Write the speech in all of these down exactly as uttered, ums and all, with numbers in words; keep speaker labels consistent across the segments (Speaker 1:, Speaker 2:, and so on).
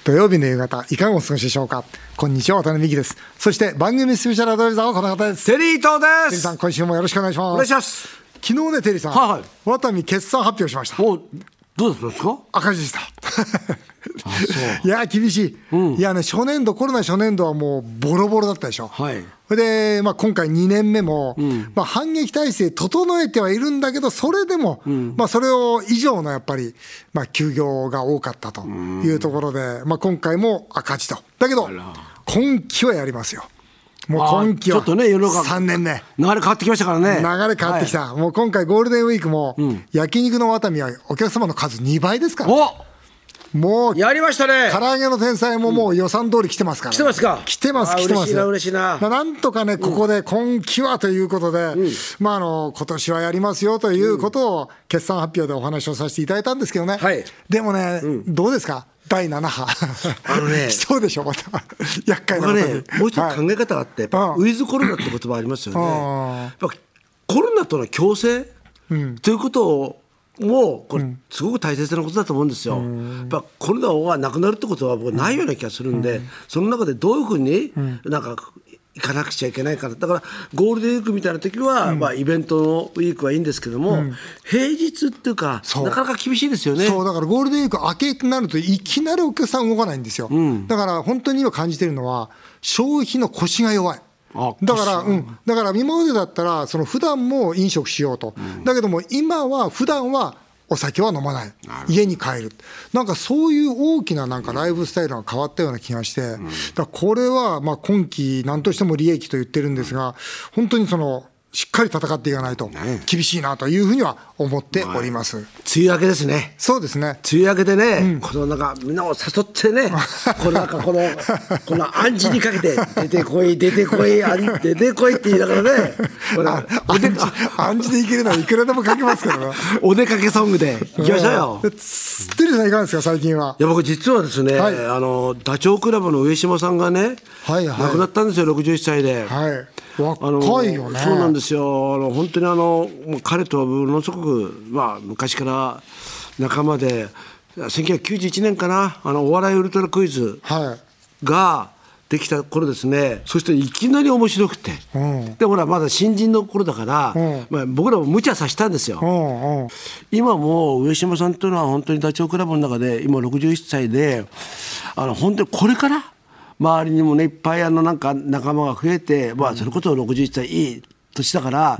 Speaker 1: 土曜日の夕方いかがお過ごしでしょうか。こんにちは、渡辺美希です。そして番組スペシャルアドバイザーはこの方です。
Speaker 2: テリー東です。
Speaker 1: テリーさん、今週もよろしくお願いします。
Speaker 2: お願いします。
Speaker 1: 昨日ね、テリーさん、
Speaker 2: はいはい、
Speaker 1: ワタミ決算発表しました。
Speaker 2: お、どうですか。
Speaker 1: 赤字でした
Speaker 2: あ、そう
Speaker 1: いや厳しい、うん、いやね、初年度コロナ初年度はもうボロボロだったでしょ。
Speaker 2: はい、
Speaker 1: それで、まあ、今回にねんめも、うんまあ、反撃体制整えてはいるんだけど、それでも、うんまあ、それを以上のやっぱり、まあ、休業が多かったというところで、まあ、今回も赤字と。だけど今期はやりますよ。もう今期はさんねんめ、
Speaker 2: 流れ変わってきましたからね。
Speaker 1: 流れ変わってきた、はい、もう今回ゴールデンウィークも、うん、焼肉のワタミはお客様の数にばいですから、
Speaker 2: お
Speaker 1: もう
Speaker 2: やりましたね。
Speaker 1: 唐揚げの天才ももう予算通り来てますから、ね、
Speaker 2: 来てますか。
Speaker 1: 来てます来てます。
Speaker 2: 嬉しいな嬉しいな。
Speaker 1: なんとかね、ここで今期はということで、うんまあ、あの今年はやりますよということを決算発表でお話をさせていただいたんですけどね、はい、でもね、うん、どうですかだいなな波あのねそうでしょ、また厄介なことに、
Speaker 2: ね、もう一つ考え方があって、やっぱウィズコロナって言葉ありますよね。やっぱコロナとの共生、うん、ということをもうこれすごく大切なことだと思うんですよ。うん、やっぱコロナがなくなるってことは僕ないような気がするんで、うん、その中でどういうふうになんか行かなくちゃいけないから、だからゴールデンウィークみたいな時は、うんまあ、イベントのウィークはいいんですけども、うん、平日っていうかなかなか厳しいですよね。
Speaker 1: そうだからゴールデンウィーク明けになるといきなりお客さん動かないんですよ。うん、だから本当に今感じてるのは消費の腰が弱い。だから、うん、だから今までだったらその普段も飲食しようと、うん、だけども今は普段はお酒は飲まない、家に帰る、なんかそういう大きななんかライフスタイルが変わったような気がして、うん、だからこれはまあ今期何としても利益と言ってるんですが、本当にそのしっかり戦っていかないと厳しいなというふうには思っております。
Speaker 2: 梅雨明けですね。
Speaker 1: そうですね。
Speaker 2: 梅雨明けでね、うん、このなんかみんなを誘ってねこのなんかこのこの暗示にかけて出てこい出てこい出てこいって言いながらね、これ
Speaker 1: 暗示暗示でいけるのはいくらでもかけますけどね
Speaker 2: お出かけソングでいきましょうよ。
Speaker 1: テリーさんいかがですか最近は。
Speaker 2: いや僕実はですね、はい、あのダチョウ倶楽部の上島さんがね、はいはい、亡くなったんですよ、ろくじゅういっさいで。はい
Speaker 1: 若いよね。
Speaker 2: そうなんですよ。あの本当にあの彼とはものすごく、まあ、昔から仲間で、せんきゅうひゃくきゅうじゅういちねんかな、あのお笑いウルトラクイズができた頃ですね、はい、そしていきなり面白くて、うん、でほらまだ新人の頃だから、うんまあ、僕らも無茶させたんですよ。うんうん、今もう上島さんというのは本当にダチョウ倶楽部の中で今ろくじゅういっさいで、あの本当にこれから周りにもねいっぱいあのなんか仲間が増えて、まあ、それこそろくじゅういっさいいい年だから、うん、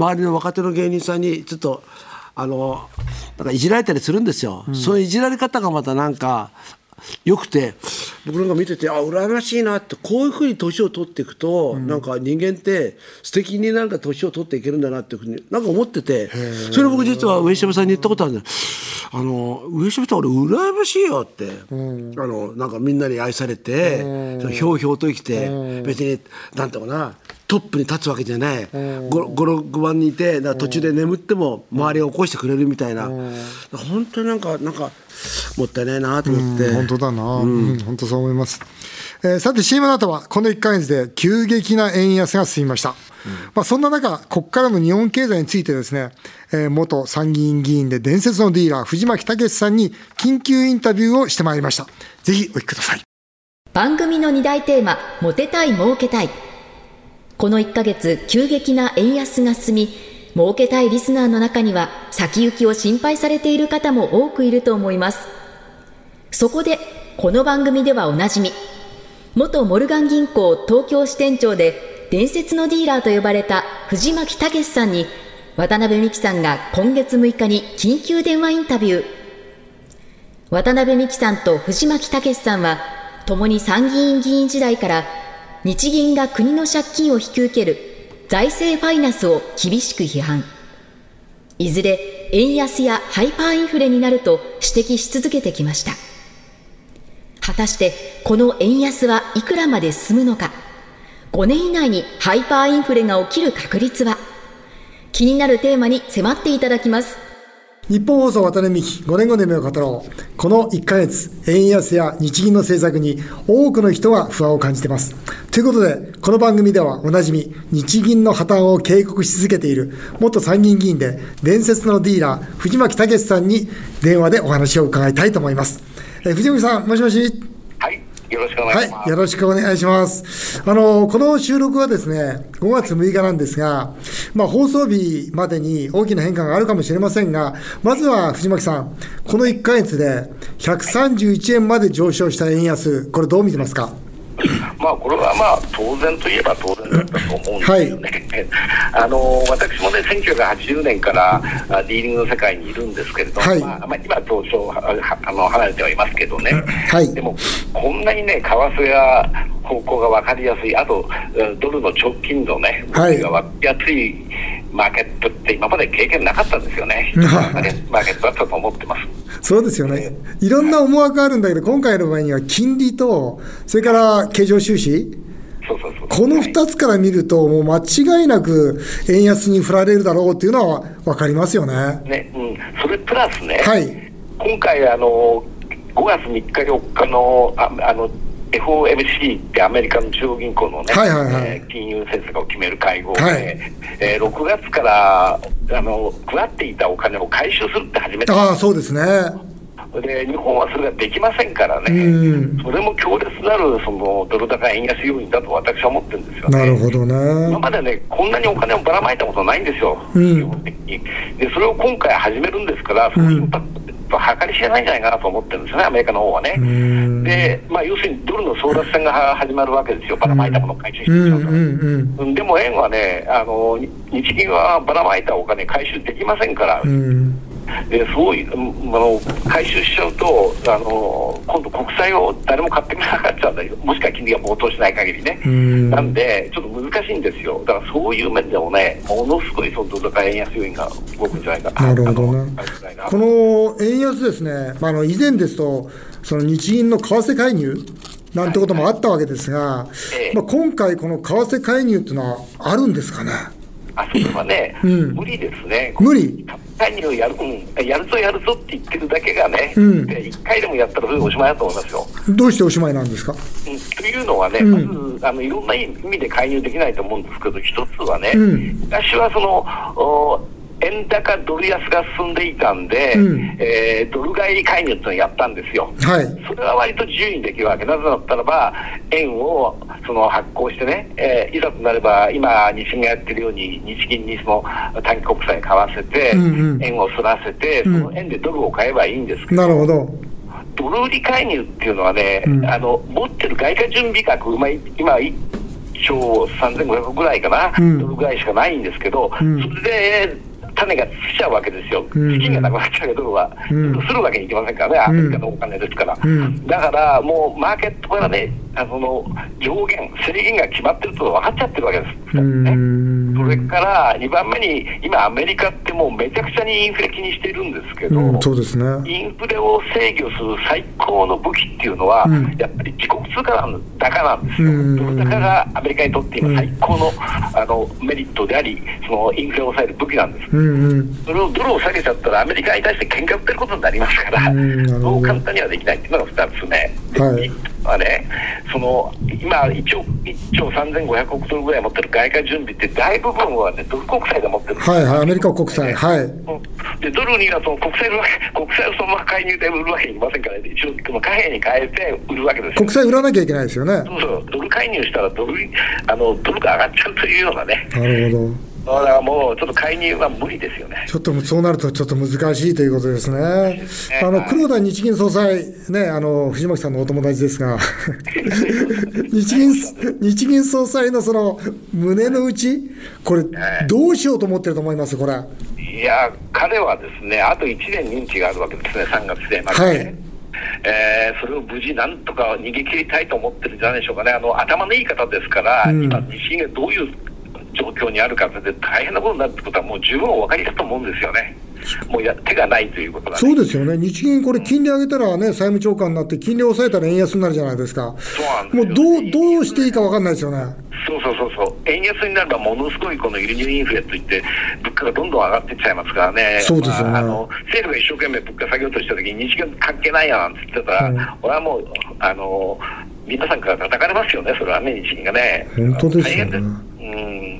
Speaker 2: 周りの若手の芸人さんにちょっとあのなんかいじられたりするんですよ。うん、そういういじられ方がまたなんかよくて、僕なんか見てて、あ羨ましいなって、こういうふうに年を取っていくと、うん、なんか人間って素敵になんか年を取っていけるんだなっていうふうになんか思ってて、それ僕実は上島さんに言ったことあるんだよ。あの上島さん俺羨ましいよって、うん、あのなんかみんなに愛されて、うん、ひょうひょうと生きて、うん、別になんていうかなトップに立つわけじゃない、ご、ろくばんにいて途中で眠っても周りが起こしてくれるみたいな、うん、本当になんかなんかもったいないなと思って、
Speaker 1: うん、本当だな、うんうん、本当そう思います。えー、さて シーエム の後はこのいっかげつで急激な円安が進みました。うんまあ、そんな中ここからの日本経済についてですね、えー、元参議院議員で伝説のディーラー藤巻武さんに緊急インタビューをしてまいりました。ぜひお聞きください。
Speaker 3: 番組のに大テーマ、モテたい儲けたい。このいっかげつ急激な円安が進み、儲けたいリスナーの中には先行きを心配されている方も多くいると思います。そこでこの番組ではおなじみ、元モルガン銀行東京支店長で伝説のディーラーと呼ばれた藤巻武さんに渡辺美樹さんが今月むいかに緊急電話インタビュー。渡辺美樹さんと藤巻武さんは共に参議院議員時代から日銀が国の借金を引き受ける財政ファイナンスを厳しく批判。いずれ円安やハイパーインフレになると指摘し続けてきました。果たしてこの円安はいくらまで進むのか、ごねん以内にハイパーインフレが起きる確率は。気になるテーマに迫っていただきます。
Speaker 1: 日本放送渡辺美希ごねんごの夢を語ろう。このいっかげつ円安や日銀の政策に多くの人が不安を感じています。ということでこの番組ではおなじみ日銀の破綻を警告し続けている元参議院議員で伝説のディーラー藤巻武さんに電話でお話を伺いたいと思います。え藤巻さん、もしもし。
Speaker 4: よろしくお願いします。
Speaker 1: はい、よろしくお願いします。あのこの収録はですね、ごがつむいかなんですが、まあ、放送日までに大きな変化があるかもしれませんが、まずは藤巻さん、このいっかげつでひゃくさんじゅういちえんまで上昇した円安、これどう見てますか？
Speaker 4: まあ、これはまあ当然といえば当然だったと思うんですよね、はい、あの私もねせんきゅうひゃくはちじゅうねんからディーリングの世界にいるんですけれども、はい、まあ、今は当初あの離れてはいますけどね、はい、でもこんなにね為替や方向が分かりやすい、あとドルの直近のね動きが分かりやすいマーケットって今まで経験なかったんですよね。マーケットだったと思ってます。
Speaker 1: そうですよね、いろんな思惑があるんだけど、今回の場合には金利とそれから経常収支、
Speaker 4: そうそうそう、
Speaker 1: このふたつから見ると、もう間違いなく円安に振られるだろうっていうのは分かりますよね。
Speaker 4: ね、うん、それプラスね、
Speaker 1: はい、
Speaker 4: 今回あのごがつみっかよっかのああのエフオーエムシー ってアメリカの中央銀行のね、はいはいはい、えー、金融政策を決める会合で、はい、えー、ろくがつからあの配っていたお金を回収するって始めた。
Speaker 1: ああ、そうですね。
Speaker 4: で日本はそれができませんからね、うん、それも強烈なるそのドル高円安要因だと私は思ってるんですよね。
Speaker 1: なるほどね。
Speaker 4: 今までねこんなにお金をばらまいたことないんですよ、うん、基本的に。でそれを今回始めるんですから、そのインパクトは計り知れないんじゃないかなと思ってるんですよね、アメリカの方はね。で、まあ、要するにドルの争奪戦が始まるわけですよ、ばらまいたものを回収してしまうから、うんうんうん、でも円はね、あの日銀はばらまいたお金回収できませんから、うん、でそういうあの回収しちゃうとあの今度国債を誰も買ってくれなくなっちゃうんだけど、もしくは金利が暴騰しない限りね。なんでちょっと難しいんですよ。だからそういう面でもね、ものすごいそのドル高円安要因が動くんじゃないかな。
Speaker 1: なるほどね。この円安ですね、まあ、あの以前ですとその日銀の為替介入なんてこともあったわけですが、はい、まあ、今回この為替介入っていうのはあるんですかね。
Speaker 4: あ、それはね、うん、無理ですね。
Speaker 1: 無理。
Speaker 4: 介入をやる、うん、やるぞやるぞって言ってるだけがね、うん、いっかいでもやったらそれでおしまいだと思いますよ。
Speaker 1: どうしておしまいなんですか？
Speaker 4: うん、というのはね、うん、まずあのいろんな意味で介入できないと思うんですけど、一つはね、うん、昔はその円高ドル安が進んでいたんで、うん、えー、ドル買い介入っていうのをやったんですよ、はい、それは割と自由にできるわけ。なぜだったらば円をその発行してね、えー、いざとなれば今日銀がやってるように日銀にその短期国債買わせて、うんうん、円をすらせて、その円でドルを買えばいいんですけど、
Speaker 1: なるほど。
Speaker 4: ドル売り介入っていうのはね、うん、あの持ってる外貨準備額、まあ、今いっちょうさんぜんごひゃくおくぐらいかな、うん、ドルぐらいしかないんですけど、うん、それで種がつきちゃうわけですよ。資金がなくなっちゃうけど、ドルは、うん、するわけにいきませんからね、アメリカのお金ですから、うん、だからもうマーケットからね、あの上限制限が決まってると分かっちゃってるわけです、ね、それからにばんめに今アメリカってもうめちゃくちゃにインフレ気にしているんですけど、うん、そうですね、インフレを制御する最高の武器っていうのは、うん、やっぱり自国通貨高なんですよ。ドル高がアメリカにとって今最高の、あのメリットであり、そのインフレを抑える武器なんです、うんうん、それをドルを下げちゃったらアメリカに対して喧嘩売ってることになりますから、うん、そう簡単にはできないっていうのがふたつめ、はい、はね、その今いっちょうさんぜんごひゃくおくドルぐらい持ってる外貨準備って大部分はねドル国債で持ってるんですよ、
Speaker 1: はいはい、アメリカ国債、はい、
Speaker 4: でドルにはその国債売るわけ、国債をそのまま介入で売るわけにいきませんから、ね、一応貨幣に変えて売るわけですよ。
Speaker 1: 国債売らなきゃいけないですよね。
Speaker 4: そうそう、ドル介入したらドルあのドルが上がっちゃうというようなね。
Speaker 1: なるほど。
Speaker 4: だからもうちょっと介入は無理ですよね。
Speaker 1: ちょっとそうなるとちょっと難しいということですね。あの黒田日銀総裁ね、あの藤巻さんのお友達ですが日銀日銀総裁のその胸の内、これどうしようと思ってると思います？これ。
Speaker 4: いや彼はですね、あといちねん任期があるわけですね、さんがつでまで、ね、はい、えー、それを無事なんとか逃げ切りたいと思ってるんじゃないでしょうかね。あの頭のいい方ですから、うん、今日銀がどういう状況にあるかで大変なことになるってことはもう十分お分かりだと思うんですよね。もうや手がないということが、ね、
Speaker 1: そうですよね。日銀これ金利上げたらね、債務超過になって金利を抑えたら円安になるじゃないですか。
Speaker 4: そうなんですよ。
Speaker 1: もうどう、どうしていいか分かんないですよね。
Speaker 4: そうそうそうそう、円安になればものすごいこの輸入インフレといって物価がどんどん上がっていっちゃいますからね。
Speaker 1: そうですよね、
Speaker 4: まあ、あの政府が一生懸命物価下げようとした時に日銀関係ないやなんて言ってたら、うん、俺はもうあの皆さんから叩かれますよね、それはね、日銀がね。
Speaker 1: 本当ですよね。
Speaker 4: 大変です。うん、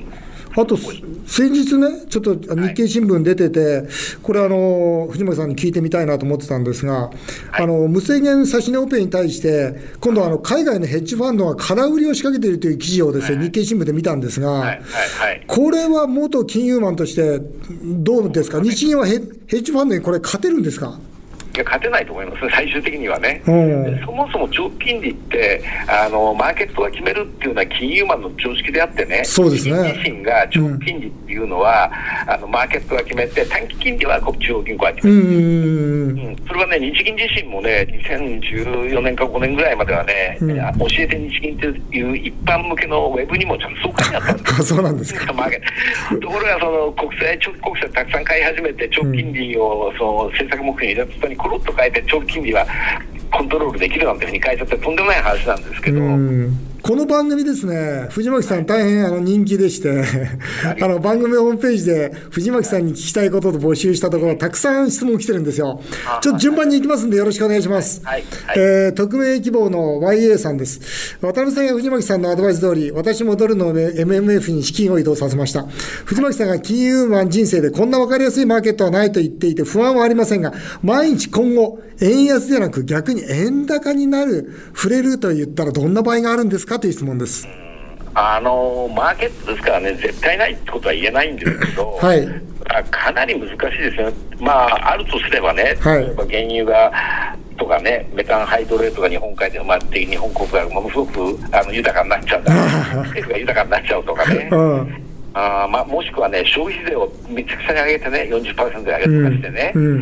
Speaker 1: あと先日ね、ちょっと日経新聞出てて、これあの、藤巻さんに聞いてみたいなと思ってたんですが、はい、あの無制限指値オペに対して、今度あの、海外のヘッジファンドが空売りを仕掛けているという記事をですね、はい、日経新聞で見たんですが、はいはいはい、これは元金融マンとして、どうですか、日銀はヘッジファンドにこれ、勝てるんですか。
Speaker 4: いや勝てないと思います、最終的にはね、うん、そもそも長期金利ってあの、マーケットが決めるっていうのは金融マンの常識であってね、
Speaker 1: そうですね、
Speaker 4: 自身が長期金利っていうのは、うん、あのマーケットが決めて、短期金利は中央銀行が決める、うんうん、それはね、日銀自身もね、にせんじゅうよねんかごねんぐらいまではね、うん、教えて日銀という一般向けのウェブにもちゃんとそう書いてあったんです
Speaker 1: そうなんですか。
Speaker 4: ところがその国債、長期国債たくさん買い始めて、長期金利をその政策目標に入れた途端にコロッと変えて、長期金利はコントロールできるなんていうふうに変えちゃって、とんでもない話なんですけど、
Speaker 1: この番組ですね、藤巻さん大変あの人気でしてあの番組ホームページで藤巻さんに聞きたいことと募集したところ、たくさん質問来てるんですよ。ちょっと順番に行きますんでよろしくお願いします。はいはいはい、えー、匿名希望の ワイエー さんです。渡辺さんや藤巻さんのアドバイス通り、私もドルの エムエムエフ に資金を移動させました。藤巻さんが金融マン人生でこんな分かりやすいマーケットはないと言っていて不安はありませんが、毎日今後円安ではなく逆に円高になる、触れると言ったらどんな場合があるんですかという質問です。
Speaker 4: あのマーケットですからね、絶対ないってことは言えないんですけど、はい、かなり難しいですよ。まああるとすればね、はい、例えば原油がとかね、メタンハイドレートが日本海で埋まって日本国がものすごくあの豊かになっちゃうんだ政府が豊かになっちゃうとかね、うんあまあ、もしくはね、消費税をめちゃくちゃに上げてね、よんじゅっパーセント で上げとかしてね、うんうん、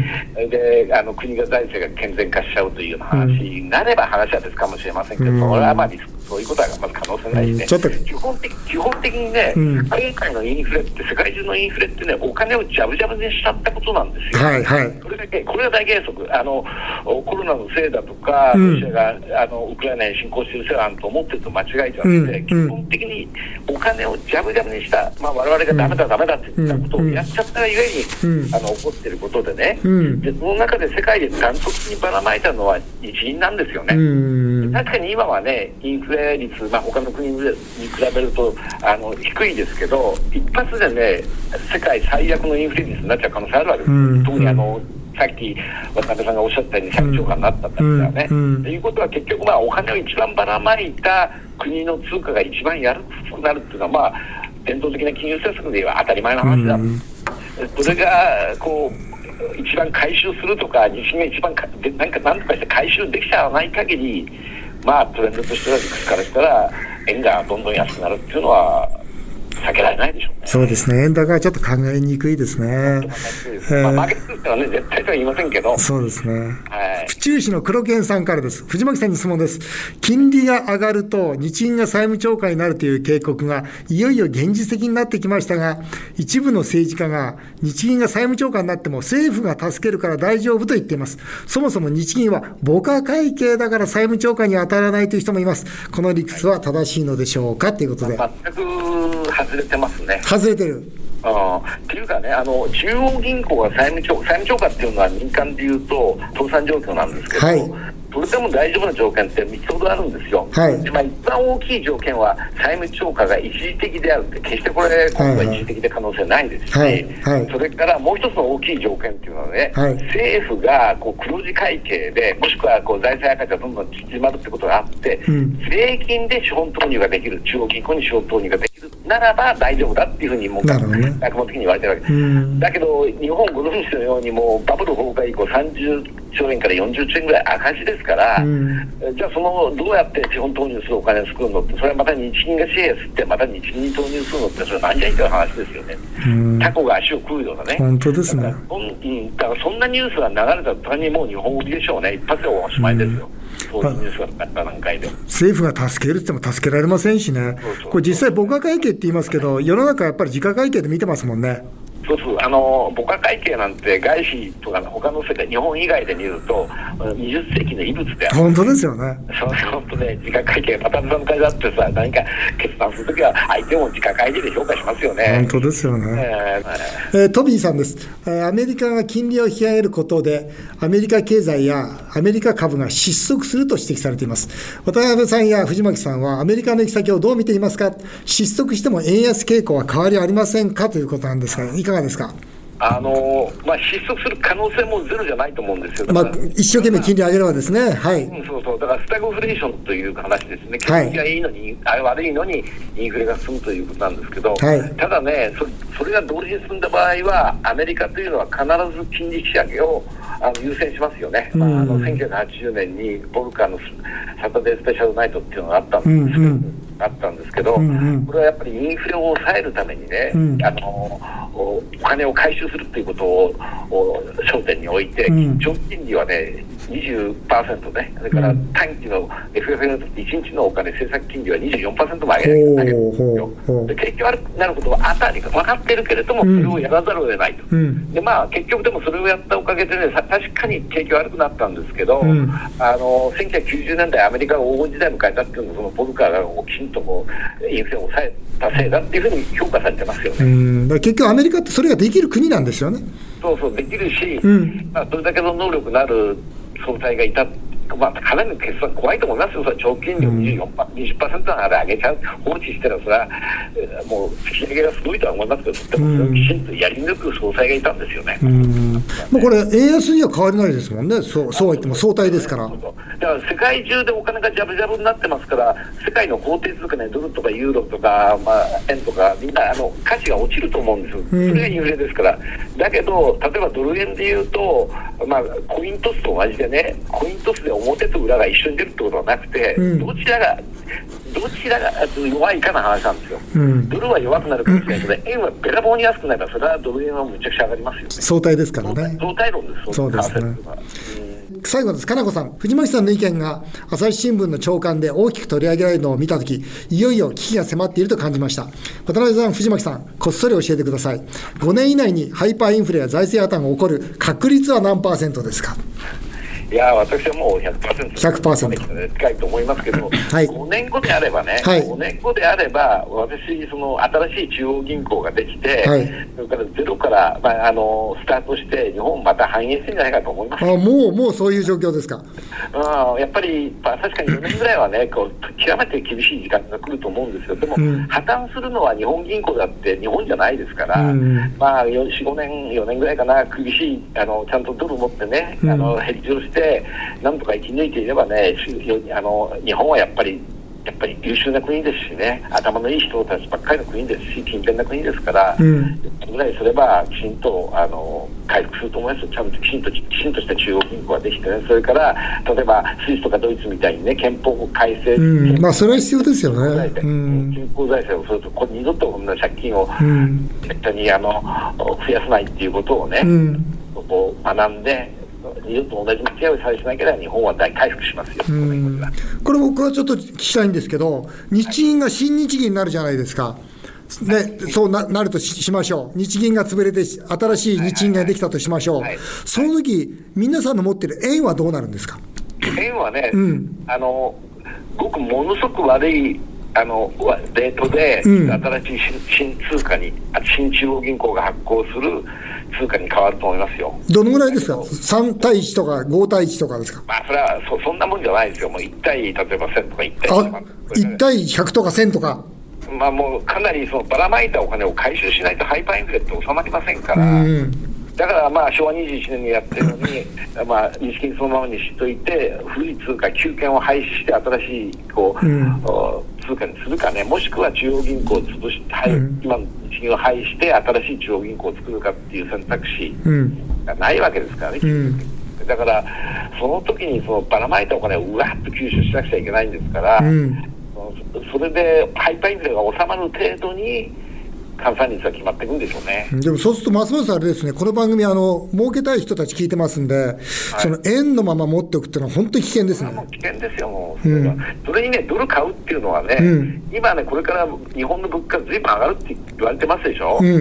Speaker 4: であの国が財政が健全化しちゃうというような話になれば話は別かもしれませんけど、うん、それはまあそういうことはまず可能性ないしね、うん、基本的、基本的にね、うん、今回のインフレって、世界中のインフレってね、お金をジャブジャブにしちゃったことなんですよ。はいはい、これだけ、これが大原則、あのコロナのせいだとか、ロシアがあのウクライナに侵攻しているせいなんと思ってると間違いじゃなくて、うん、基本的にお金をジャブジャブにした、まあ、我々がダメだダメだって言ったことをやっちゃったがゆえに、うん、あの起こっていることでね、うん、でその中で世界でダントツにばらまいたのは日銀なんですよね。うん、確かに今はね、インフレ率、まあ、他の国に比べるとあの低いですけど、一発でね、世界最悪のインフレ率になっちゃう可能性あるわけです。うん、特にあのさっき渡辺さんがおっしゃったようにひゃくちょうかんになったんですからね。と、うんうん、いうことは結局、まあ、お金を一番ばらまいた国の通貨が一番やるくなるっていうのは、まあ伝統的な金融政策で言えば当たり前の話だ、うん、それがこう一番回収するとか、日銀が一番かでなんか何とかして回収できちゃわない限り、まあトレンドとしては理屈からしたら円がどんどん安くなるっていうのは避けられないでしょうね。
Speaker 1: そうですね、円高はちょっと考えにくいですね。え
Speaker 4: ーまあ、マーケットとしてはね、絶対とは言いませんけど。
Speaker 1: そうですね。はい。府中市の黒犬さんからです。藤巻さんに質問です。金利が上がると日銀が債務超過になるという警告がいよいよ現実的になってきましたが、一部の政治家が日銀が債務超過になっても政府が助けるから大丈夫と言っています。そもそも日銀は母価会計だから債務超過に当たらないという人もいます。この理屈は正しいのでしょうかということで。
Speaker 4: 全く外れてますね。
Speaker 1: 外れてる。
Speaker 4: あっていうかね、あの中央銀行が債務超過、債務超過っていうのは民間でいうと倒産状況なんですけど、はい、それでも大丈夫な条件ってみっつほどあるんですよ。はい、でまあ、一番大きい条件は債務超過が一時的であるって、決してこれ今後は一時的で可能性ないですし、はいはい、それからもう一つの大きい条件っていうのはね、はい、政府がこう黒字会計で、もしくはこう財政赤字がどんどん縮まるってことがあって、うん、税金で資本投入ができる、中央銀行に資本投入ができるならば大丈夫だっていうふうにもう学問的に言われてるわけです。うん、だけど日本ご存知のようにもうバブル崩壊以降さんじゅっちょうえんからよんじゅっちょうえんぐらい赤字ですから、うん、じゃあそのどうやって資本投入するお金を作るのって、それはまた日銀が紙幣吸ってまた日銀に投入するのって、それは何じゃいっていう話ですよね。うん、タコが足を食うようなね。
Speaker 1: 本当ですね。だから、
Speaker 4: うん、だからそんなニュースが流れた途端にもう日本売りでしょうね。一発でおしまいですよ。うんそういうニュースがあった段階で
Speaker 1: 政府が助けるって言っても助けられませんしね。そうそうそう、これ実際母価会計って言いますけど、世の中やっぱり時価会計で見てますもんね。
Speaker 4: そうそう、あの母価会計なんて外資とか他の世界、日本以外で見るとにじゅっせいきの遺物である。
Speaker 1: 本当ですよね。
Speaker 4: そう本当ね、自家会計、またの会だってさ、何か決断するときは相手も自家会計で評価しますよね。
Speaker 1: 本当ですよね。えーえー、トビーさんです。えー、アメリカが金利を引き上げることでアメリカ経済やアメリカ株が失速すると指摘されています。渡辺さんや藤巻さんはアメリカの行き先をどう見ていますか。失速しても円安傾向は変わりありませんかということなんですが、いかがですか。
Speaker 4: あのまあ、失速する可能性もゼロじゃないと思うんですよ。
Speaker 1: まあ、一生懸命金利上げればですね、はい、
Speaker 4: うん、そうそう、だからスタグフレーションという話ですね、景気がいいのに、はい、悪いのにインフレが進むということなんですけど、はい、ただねそ、それが同時に進んだ場合は、アメリカというのは必ず金利引き上げをあの優先しますよね。まあ、あのせんきゅうひゃくはちじゅうねんにボルカーのサタデースペシャルナイトっていうのがあったんですけど、うんうんあったんですけど、うんうん、これはやっぱりインフレを抑えるためにね、うん、あのお金を回収するということを焦点に置いて、うん、長期金利はね にじゅっパーセント ね、それから短期の エフエフエヌ いちにちのお金政策金利は にじゅうよんパーセント も上げなきゃいけないんですよ。で景気悪くなることはあたりが分かってるけれども、それをやらざるを得ないと、うん、でまあ結局でもそれをやったおかげでね、確かに景気悪くなったんですけど、うん、あのせんきゅうひゃくきゅうじゅうねんだいアメリカが黄金時代を迎えたっていうのは、そのボルカーがきちんともうインフレを抑えたせいだっていうふうに評価されてますよね。
Speaker 1: うん、だから結局アメリカってそれができる国なんですよね。
Speaker 4: そうそう、できるし、うん、まあ、それだけの能力のある総裁がいた、まあ、かなりの決算怖いと思いますよ。それ長期金利を にじゅうよんパーセント、にじゅっパーセント まで上げちゃう、放置してたらそれはもう引き上げがすごいとは思いますけど、でもそれをきちんとやり抜く総裁がいたんですよね。うん、
Speaker 1: まあ、これ円安には変わりないですもんね。そう、そうは言っても相対ですから。
Speaker 4: そうそう、だから世界中でお金がジャブジャブになってますから、世界の法定通貨ね、ドルとかユーロとか、まあ、円とかみんなあの価値が落ちると思うんですよ。それがインフレですから。だけど例えばドル円でいうと、まあ、コイントスと同じでね、コイントスで表と裏が一緒に出るってことはなくて、うん、どちらがどちらが弱いかの話なんですよ。うん、ドルは弱くなるかもしれないけど、うん、円はべらぼうに安くなればそれはドル円はむちゃくちゃ上がりますよね。
Speaker 1: 相対ですからね。
Speaker 4: 相対論です。
Speaker 1: そうですね。最後です。金子さん、藤巻さんの意見が朝日新聞の朝刊で大きく取り上げられるのを見たとき、いよいよ危機が迫っていると感じました。渡辺さん、藤巻さん、こっそり教えてください。ごねん以内にハイパーインフレや財政破綻が起こる確率は何パーセントですか。
Speaker 4: いや私はもう ひゃくパーセント
Speaker 1: ひゃくパーセント
Speaker 4: 近いと思いますけど、はい、ごねんごであればね、はい、ごねんごであれば私その新しい中央銀行ができて、はい、それからゼロから、まあ、あのスタートして日本また繁栄してるんじゃないかと思います。
Speaker 1: あ、もうもうそういう状況ですか。
Speaker 4: あ、やっぱり、まあ、確かによねんぐらいはねこう極めて厳しい時間が来ると思うんですよ。でも、うん、破綻するのは日本銀行だって日本じゃないですから、うん、まあよん、ごねんよねんぐらいかな、厳しいあのちゃんとドル持ってね、うん、あのヘッジをしてなんとか生き抜いていればね、あの日本はやっぱりやっぱり優秀な国ですしね、頭のいい人たちばっかりの国ですし、勤勉な国ですから、うん、ぐらいすればきちんとあの回復すると思います。ちゃんときちんときちんとした中央銀行ができてね、それから例えばスイスとかドイツみたいにね、憲法改正、
Speaker 1: うん、まあそれは必要ですよね。
Speaker 4: 健康財政をすると、これ二度とこんな借金を絶対にあの増やさないっていうことをね、うん、こう学んで。二度と同じ道をさえしなければ日本は大回復しますよ。
Speaker 1: うん、これ僕はちょっと聞きたいんですけど、日銀が新日銀になるじゃないですか。でそう な, なると し, しましょう。日銀が潰れて新しい日銀ができたとしましょう、はいはいはい、その時皆さんの持っている円はどうなるんですか。
Speaker 4: 円はね、うん、あのごくものすごく悪いあのレートで、うん、新しい 新, 新通貨に新中央銀行が発行する通貨に変わると思いますよ。
Speaker 1: どのぐらいですか。さん対いちとかご対いちとかですか。
Speaker 4: まあそれは そ, そんなもんじゃないですよ。もういち対例えばせんとかいち対いちとか
Speaker 1: いち対ひゃくとかせんとか、
Speaker 4: まあもうかなりそのばらまいたお金を回収しないとハイパーインフレって収まりませんから、うん、だからまあしょうわにじゅういちねんにやってるのにまあ日銀そのままにしといて、古い通貨旧券を廃止して新しいこう、うん、通貨にするかね、もしくは中央銀行を潰して、はい、うん、今の日銀を廃して新しい中央銀行を作るかっていう選択肢がないわけですからね、うん、だからその時にそのばらまいたお金をうわっと吸収しなくちゃいけないんですから、うん、それでハイパーインフレが収まる程度に換算率は決まっていくんでしょうね。
Speaker 1: でもそうするとますますあれですね、この番組あの儲けたい人たち聞いてますんで、はい、その円のまま持っておくっていうのは本当に危険ですね。
Speaker 4: もう危険ですよ。もうそれは、うん、それにねドル買うっていうのはね、うん、今ねこれから日本の物価ずいぶん上がるって言われてますでしょ、うん、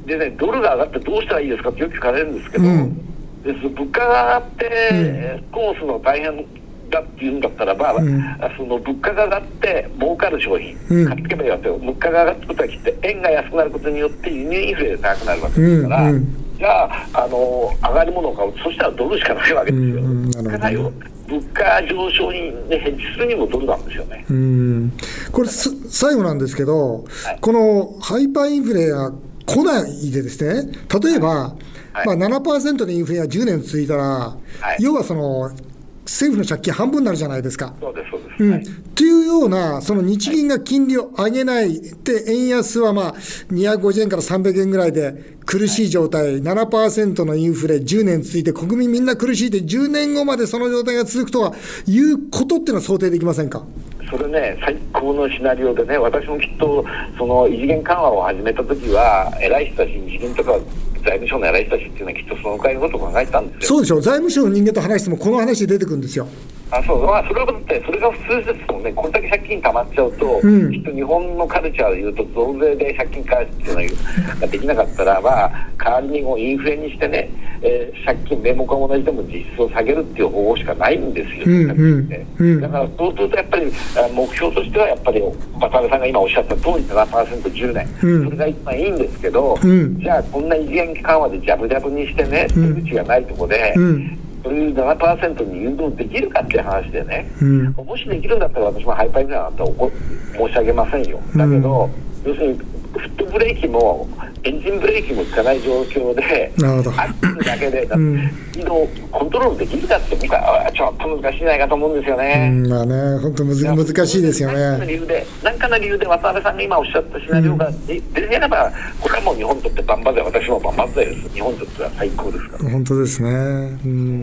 Speaker 4: でね、ドルが上がってどうしたらいいですかってよく聞かれるんですけど、うん、で物価が上がって、うん、コースの大変だっていうんだったらば、うん、その物価が上がって儲かる商品、うん、買っていけばいいわけよ。物価が上がってことはきって円が安くなることによって輸入インフレが高くなるわけですから、うんうん、じゃあ、あの上がり物を買うとそしたらドルしかないわけですよ。うんうん、なるほどね。物価上昇に、ね、ヘッジするにもドルなんですよね。
Speaker 1: うん、これ最後なんですけど、はい、このハイパーインフレが来ないでですね、例えば、はいまあ、ななパーセント のインフレがじゅうねん続いたら、はい、要はその政府の借金半分になるじゃないですか。
Speaker 4: そうですそうです、
Speaker 1: うん
Speaker 4: はい、
Speaker 1: というような、その日銀が金利を上げないで、円安はまあにひゃくごじゅうえんからさんびゃくえんぐらいで苦しい状態、はい、ななパーセント のインフレじゅうねん続いて国民みんな苦しいでじゅうねんごまでその状態が続くとはいうことっていうのは想定できませんか。
Speaker 4: それね、最高のシナリオでね、私もきっとその異次元緩和を始めたときは偉い人たち、日銀とか財務省の偉い人たちっていうのはきっとそのくらいのことを考えてたんですよ。
Speaker 1: そうでしょう。財務省の人間と話してもこの話で出てくるんですよ。
Speaker 4: あそうまあ、それはだってそれが普通ですもんね。これだけ借金溜まっちゃうと、うん、きっと日本のカルチャーでいうと増税で借金返すっていうのができなかったら、まあ、代わりにもうインフレにしてね、えー、借金名目が同じでも実質を下げるっていう方法しかないんですよ、うんうんうん、だからそうするとやっぱり目標としてはやっぱり渡辺さんが今おっしゃった通り ななパーセントじゅうねん、うん、それが一番いいんですけど、うん、じゃあこんな異次元緩和でジャブジャブにしてね、出口がないところで、うんそういう ななパーセント に誘導できるかっていう話でね、うん、もしできるんだったら私もハイパーインフレなんて申し上げませんよ。だけど、うん、要するにフットブレーキもエンジンブレーキも効かない状況でアクセルだけでスピードをコントロールできるかって僕はちょっと難しいんじゃないかと思うんですよね。
Speaker 1: うん、まあね、本当むず難しいですよね。
Speaker 4: 何かの理由で何かの理由で渡辺さんが今おっしゃったシナリオが出れれば、これはもう日本にとって万々歳、私も万々歳です。日本にとっては最高ですから。
Speaker 1: 本当ですね。うん、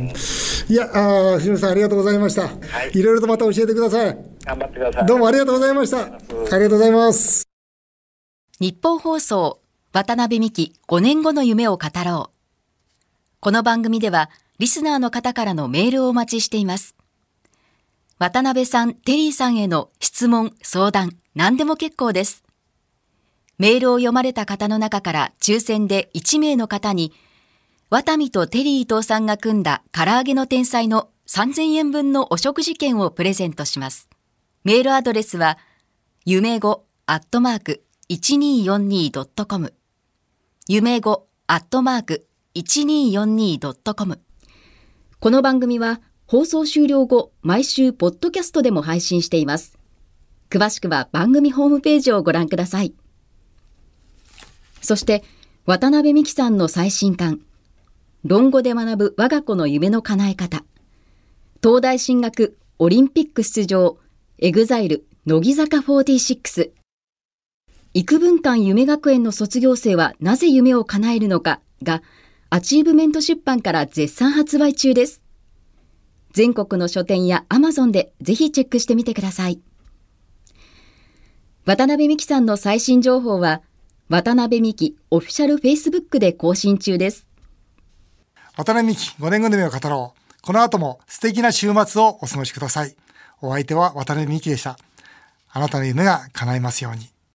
Speaker 1: いやあ藤野さんありがとうございました、はい、いろいろとまた教えてください。
Speaker 4: 頑張ってください。
Speaker 1: どうもありがとうございました。ありがとうございます。
Speaker 3: 日本放送渡辺美希ごねんごの夢を語ろう。この番組ではリスナーの方からのメールをお待ちしています。渡辺さん、テリーさんへの質問、相談、何でも結構です。メールを読まれた方の中から抽選でいちめいの方にワタミとテリー伊藤さんが組んだ唐揚げの天才のさんぜんえんぶんのお食事券をプレゼントします。メールアドレスは夢ごアットマーク いちにーよんにードットコム 夢ごアットマーク いちにーよんにードットコム。 この番組は放送終了後毎週ポッドキャストでも配信しています。詳しくは番組ホームページをご覧ください。そして渡辺美樹さんの最新刊論語で学ぶ我が子の夢の叶え方、東大進学オリンピック出場エグザイル乃木坂フォーティーシックス、幾分間夢学園の卒業生はなぜ夢を叶えるのかがアチーブメント出版から絶賛発売中です。全国の書店や アマゾン でぜひチェックしてみてください。渡辺美樹さんの最新情報は渡辺美樹オフィシャル Facebook で更新中です。
Speaker 1: 渡辺美樹ごねんごの夢を語ろう。この後も素敵な週末をお過ごしください。お相手は渡辺美樹でした。あなたの夢が叶いますように。